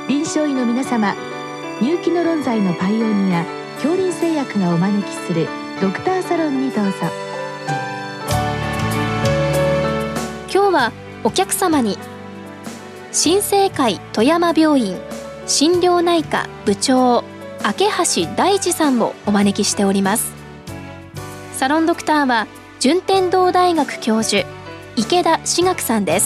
臨床医の皆様、入気の論剤のパイオニア杏林製薬がお招きするドクターサロンにどうぞ。 今日はお客様に新生会富山病院心療内科部長明橋大地さんをお招きしております。サロンドクターは順天堂大学教授池田志学さんです。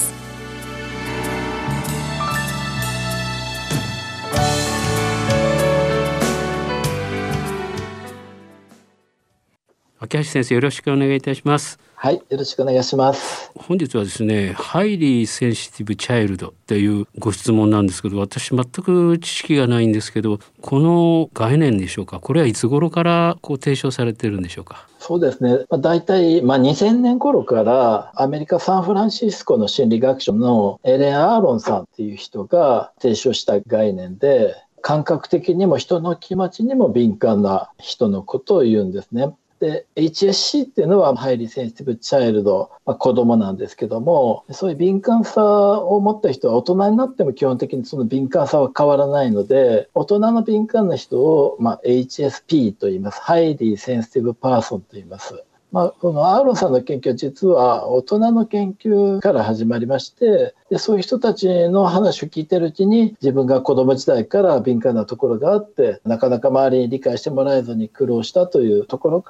明橋先生、よろしくお願いいたします。 はい、よろしくお願いします。 本日はですね、ハイリーセンシティブチャイルドっていうご質問なんですけど、私全く知識がないんですけど、この概念でしょうか、これはいつ頃から提唱されているんでしょうか。 そうですね、大体2000年頃からアメリカ・サンフランシスコの心理学者のエレン・アーロンさんっていう人が提唱した概念で、感覚的にも人の気持ちにも敏感な人のことを言うんですね。で HSC っていうのはハイリーセンシティブチャイルド、子供なんですけども、そういう敏感さを持った人は大人になっても基本的にその敏感さは変わらないので、大人の敏感な人を、HSP と言います。ハイリーセンシティブパーソンと言います。このアーロンさんの研究は実は大人の研究から始まりまして、でそういう人たちの話を聞いてるうちに自分が子供時代から敏感なところがあってなかなか周りに理解してもらえずに苦労したというところから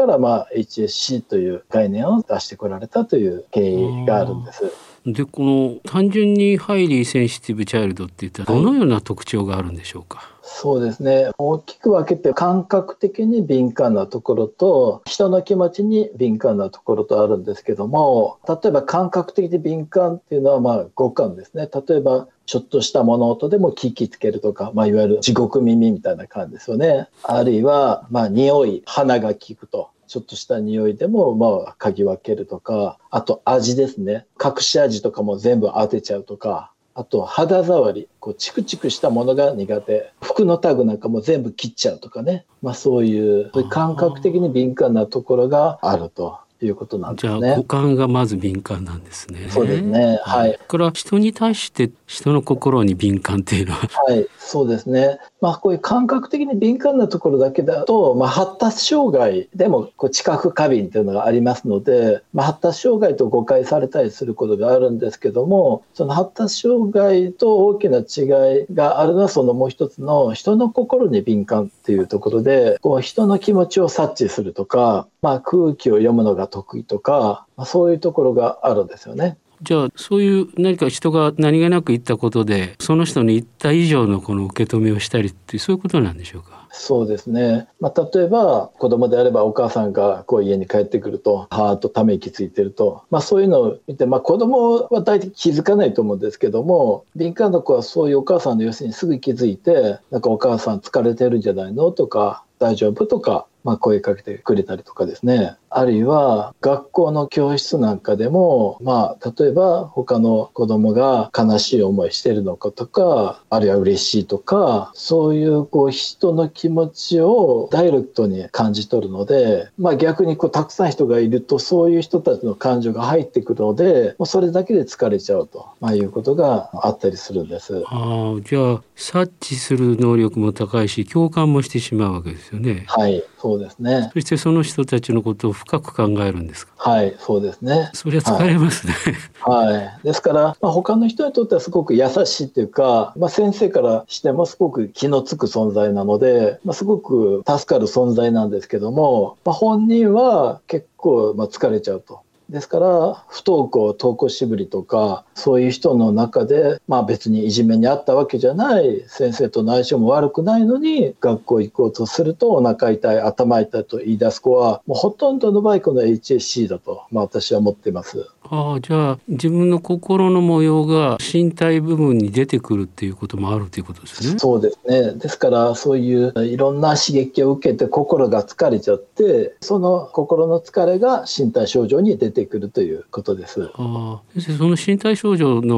、HSC という概念を出してこられたという経緯があるんです。 でこの単純にハイリーセンシティブチャイルドっていったらどのような特徴があるんでしょうか。 そうですね、大きく分けて感覚的に敏感なところと人の気持ちに敏感なところとあるんですけども、例えば感覚的に敏感っていうのは五感ですね。例えばちょっとした物音でも聞きつけるとか、いわゆる地獄耳みたいな感じですよね。あるいは匂い、鼻が効くとちょっとした匂いでも嗅ぎ分けるとか、あと味ですね、隠し味とかも全部当てちゃうとか、あと肌触り、チクチクしたものが苦手、服のタグなんかも全部切っちゃうとかね、そういう感覚的に敏感なところがあるということなんですね。 じゃあ五感がまず敏感なんですね。 そうですね、はい。 これは人に対して人の心に敏感っていうのははい、そうですね。こういう感覚的に敏感なところだけだと、発達障害でも知覚過敏というのがありますので、発達障害と誤解されたりすることがあるんですけども、その発達障害と大きな違いがあるのはそのもう一つの人の心に敏感っていうところで、人の気持ちを察知するとか、空気を読むのが得意とか、そういうところがあるんですよね。 じゃあそういう何か人が何気なく言ったことでその人に言った以上のこの受け止めをしたりってそういうことなんでしょうか。 そうですね、例えば子供であればお母さんが家に帰ってくるとはーっとため息ついてると、そういうのを見て、子供は大体気づかないと思うんですけども、敏感な子はそういうお母さんの様子にすぐ気づいて、お母さん疲れてるんじゃないのとか大丈夫とか、声かけてくれたりとかですね。あるいは学校の教室なんかでも、例えば他の子供が悲しい思いしてるのかとか、あるいは嬉しいとか、そういう人の気持ちをダイレクトに感じ取るので、逆にたくさん人がいるとそういう人たちの感情が入ってくるので、もうそれだけで疲れちゃうと、いうことがあったりするんです。 じゃあ察知する能力も高いし共感もしてしまうわけですよね。 はい、そうですね。 そしてその人たちのことを深く考えるんですか。 はい、そうですね。 それは疲れますね。 はい、ですから、他の人にとってはすごく優しいというか、先生からしてもすごく気のつく存在なので、すごく助かる存在なんですけども、本人は結構疲れちゃうと。ですから不登校登校しぶりとかそういう人の中で、別にいじめにあったわけじゃない先生との相性も悪くないのに学校行こうとするとお腹痛い頭痛いと言い出す子はもうほとんどの場合この HSC だと、私は思っています。 じゃあ自分の心の模様が身体部分に出てくるっていうこともあるということですね。 そうですね。ですからそういういろんな刺激を受けて心が疲れちゃってその心の疲れが身体症状に出てくるということです。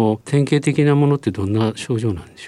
先生、その身体症状の典型的なものってどんな症状なんでしょうか。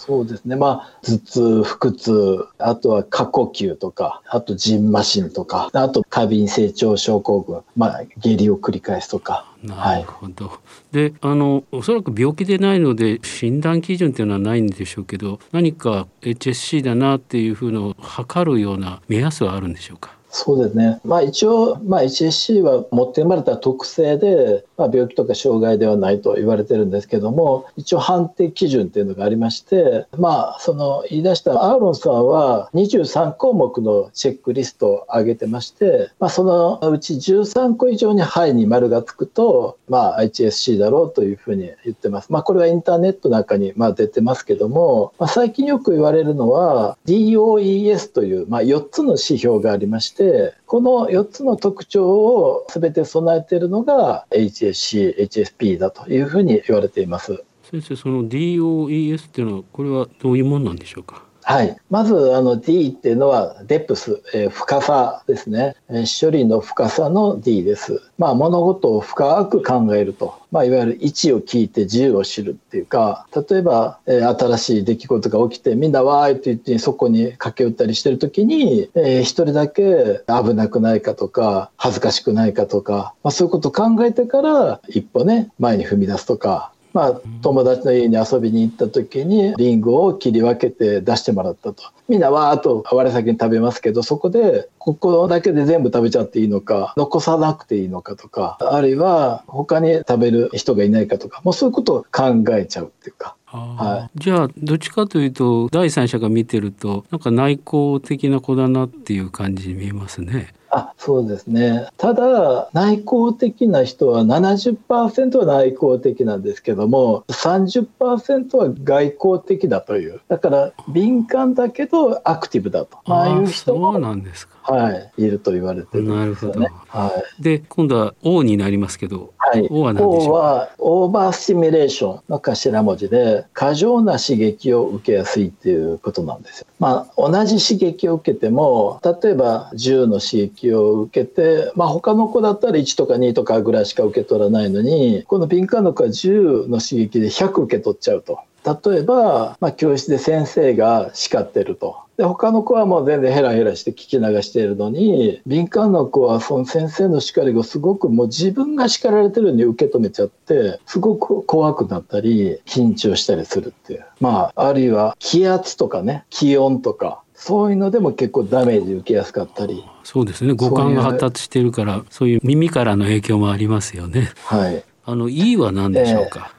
そうですね。頭痛、腹痛、あとは過呼吸とか、あとジンマシンとか、あと過敏性腸症候群、下痢を繰り返すとか。 なるほど。で、おそらく病気でないので診断基準っていうのはないんでしょうけど、何か HSC だなっていうふうのを測るような目安はあるんでしょうか？ そうですね。一応、HSC は持って生まれた特性で、病気とか障害ではないと言われてるんですけども、一応判定基準っていうのがありまして、言い出したアーロンさんは23項目のチェックリストを上げてまして、そのうち13個以上にはいに丸がつくと、HSC だろうというふうに言ってます。これはインターネットなんかに出てますけども、最近よく言われるのは DOES という、4つの指標がありまして、この4つの特徴を全て備えているのが HSC、HSP だというふうに言われています。 先生、その DOES っていうのはこれはどういうものなんでしょうか？ はい。まずD っていうのはデプス、深さですね。処理の深さの D です。物事を深く考えると。いわゆる1を聞いて10を知るっていうか、例えば、新しい出来事が起きてみんなわーいと言ってそこに駆け寄ったりしてる時に、一人だけ危なくないかとか恥ずかしくないかとか、そういうことを考えてから一歩ね前に踏み出すとか。友達の家に遊びに行った時にリンゴを切り分けて出してもらったと。みんなわーっと我先に食べますけど、そこでここだけで全部食べちゃっていいのか、残さなくていいのかとか、あるいは他に食べる人がいないかとか、もうそういうことを考えちゃうっていうか。 じゃあどっちかというと第三者が見てるとなんか内向的な子だなっていう感じに見えますね。 そうですね。ただ内向的な人は 70% は内向的なんですけども 30% は外向的だという。だから敏感だけどアクティブだと。いう人もそうなんですか。 いると言われてるんですよね。 で今度は O になりますけど、O は何でしょうか？ O はオーバースティミュレーションの頭文字で過剰な刺激を受けやすいっていうことなんですよ。同じ刺激を受けても例えば10の刺激を受けて、他の子だったら1とか2とかぐらいしか受け取らないのに、この敏感の子は10の刺激で100受け取っちゃうと。例えば、教室で先生が叱ってると。で他の子はもう全然ヘラヘラして聞き流しているのに、敏感の子はその先生の叱りをすごくもう自分が叱られてるように受け止めちゃって、すごく怖くなったり緊張したりするっていう。あるいは気圧とかね、気温とかそういうのでも結構ダメージ受けやすかったり。 そうですね。五感が発達しているからそういう耳からの影響もありますよね。E は何でしょうか？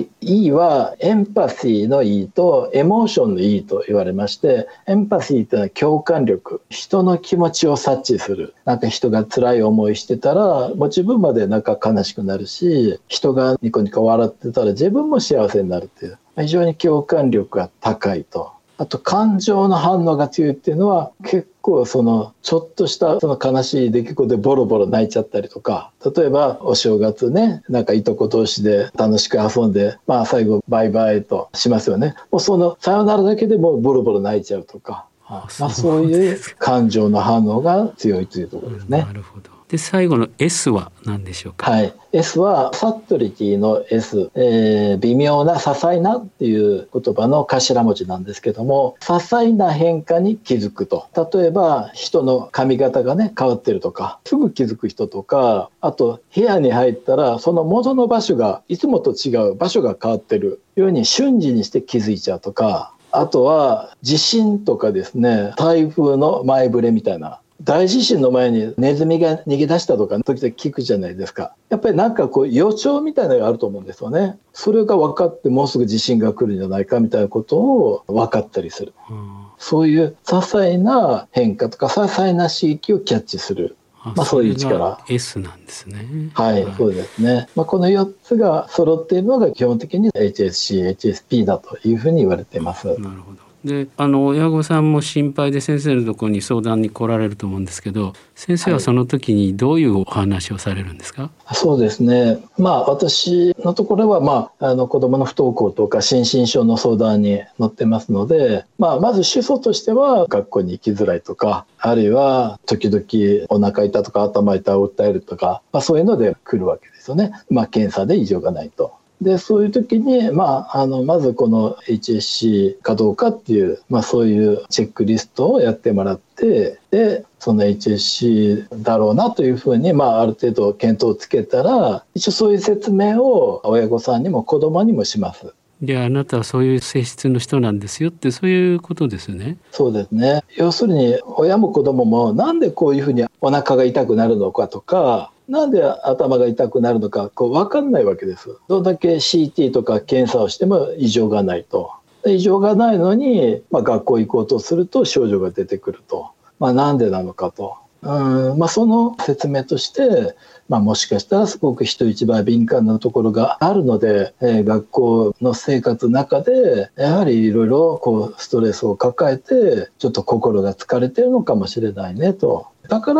E はエンパシーの E とエモーションの E と言われまして、エンパシーというのは共感力、人の気持ちを察知する。人が辛い思いしてたらもう自分まで悲しくなるし、人がニコニコ笑ってたら自分も幸せになるっていう、非常に共感力が高いと。あと感情の反応が強いっていうのは結構ちょっとした悲しい出来事でボロボロ泣いちゃったりとか、例えばお正月ね、いとこ同士で楽しく遊んで、最後バイバイとしますよね。もうさよならだけでもうボロボロ泣いちゃうとか、そういう感情の反応が強いというところですね。 なるほど。で最後の S は何でしょうか？ S はサットリティの S、微妙な些細なっていう言葉の頭文字なんですけども、些細な変化に気づくと。例えば人の髪型がね変わってるとかすぐ気づく人とか、あと部屋に入ったらその元の場所がいつもと違う場所が変わってるように瞬時にして気づいちゃうとか、あとは地震とかですね、台風の前触れみたいな、大地震の前にネズミが逃げ出したとか時々聞くじゃないですか。やっぱり予兆みたいなのがあると思うんですよね。それが分かってもうすぐ地震が来るんじゃないかみたいなことを分かったりする。そういう些細な変化とか些細な刺激をキャッチする。そういう力。 S なんですね。 そうですね。この4つが揃っているのが基本的に HSC、HSP だというふうに言われています。 なるほど。で親御さんも心配で先生のところに相談に来られると思うんですけど、先生はその時にどういうお話をされるんですか？ そうですね。私のところは子どもの不登校とか心身症の相談に乗ってますので、まず主訴としては学校に行きづらいとか、あるいは時々お腹痛とか頭痛を訴えるとか、そういうので来るわけですよね。検査で異常がないと。 でそういう時に、まずこの HSC かどうかっていう、そういうチェックリストをやってもらって、でその HSC だろうなというふうに、ある程度見当をつけたら、一応そういう説明を親御さんにも子どもにもします。 であなたはそういう性質の人なんですよって、そういうことですね。 そうですね。要するに親も子どももなんでこういうふうにお腹が痛くなるのかとか、なんで頭が痛くなるのか分かんないわけです。どんだけ CT とか検査をしても異常がないと。異常がないのに、学校行こうとすると症状が出てくると。なんでなのかと。その説明として、もしかしたらすごく人一倍敏感なところがあるので、学校の生活の中でやはりいろいろストレスを抱えてちょっと心が疲れてるのかもしれないねと。だから、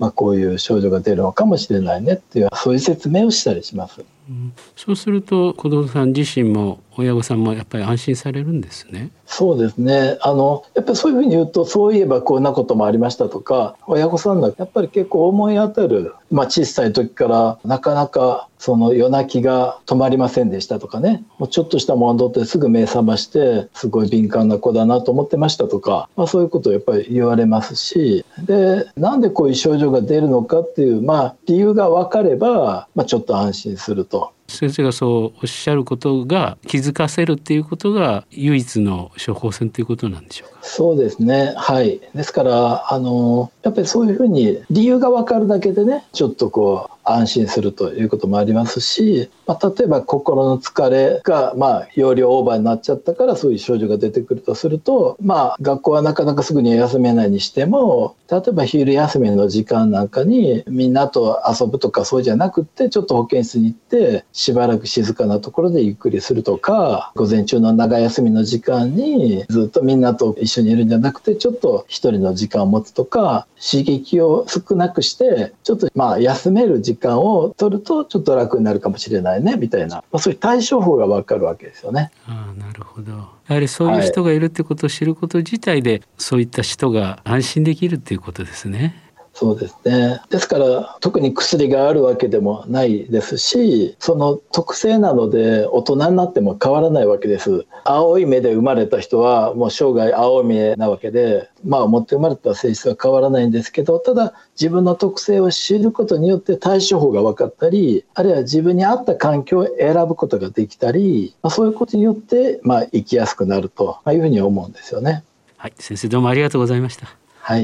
こういう症状が出るのかもしれないねっていう、そういう説明をしたりします。 そうすると子どもさん自身も親御さんもやっぱり安心されるんですね。 そうですね。やっぱりそういうふうに言うと、そういえばこんなこともありましたとか、親御さんがやっぱり結構思い当たる、小さい時からなかなかその夜泣きが止まりませんでしたとかね、もうちょっとしたものってすぐ目覚ましてすごい敏感な子だなと思ってましたとか、そういうことをやっぱり言われますし、でなんでこういう症状が出るのかっていう、理由が分かれば、ちょっと安心すると。 先生がそうおっしゃることが気づかせるっていうことが唯一の処方箋ということなんでしょうか。 そうですね。はい。ですからやっぱりそういうふうに理由が分かるだけでね、ちょっと安心するということもありますし、例えば心の疲れが容量オーバーになっちゃったからそういう症状が出てくるとすると、学校はなかなかすぐに休めないにしても、例えば昼休みの時間なんかにみんなと遊ぶとかそうじゃなくって、ちょっと保健室に行ってしばらく静かなところでゆっくりするとか、午前中の長休みの時間にずっとみんなと一緒にいるんじゃなくて、ちょっと一人の時間を持つとか、刺激を少なくしてちょっと休める時間を取るとちょっと楽になるかもしれないねみたいな、そういう対処法が分かるわけですよね。 なるほど。やはりそういう人がいるってことを知ること自体で、そういった人が安心できるっていうことですね。 そうですね。ですから特に薬があるわけでもないですし、その特性なので大人になっても変わらないわけです。青い目で生まれた人はもう生涯青い目なわけで、持って生まれた性質は変わらないんですけど、ただ自分の特性を知ることによって対処法が分かったり、あるいは自分に合った環境を選ぶことができたり、そういうことによって生きやすくなるというふうに思うんですよね。 はい、先生どうもありがとうございました。 はい。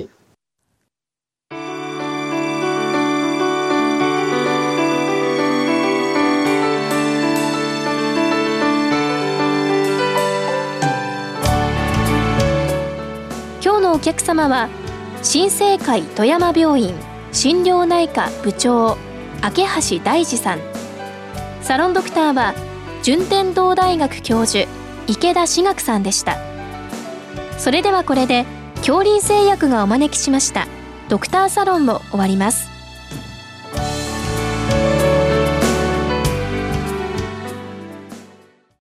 お客様は新生会富山病院心療内科部長明橋大二さん、サロンドクターは順天堂大学教授池田志学さんでした。それではこれで恐林製薬がお招きしましたドクターサロンも終わります。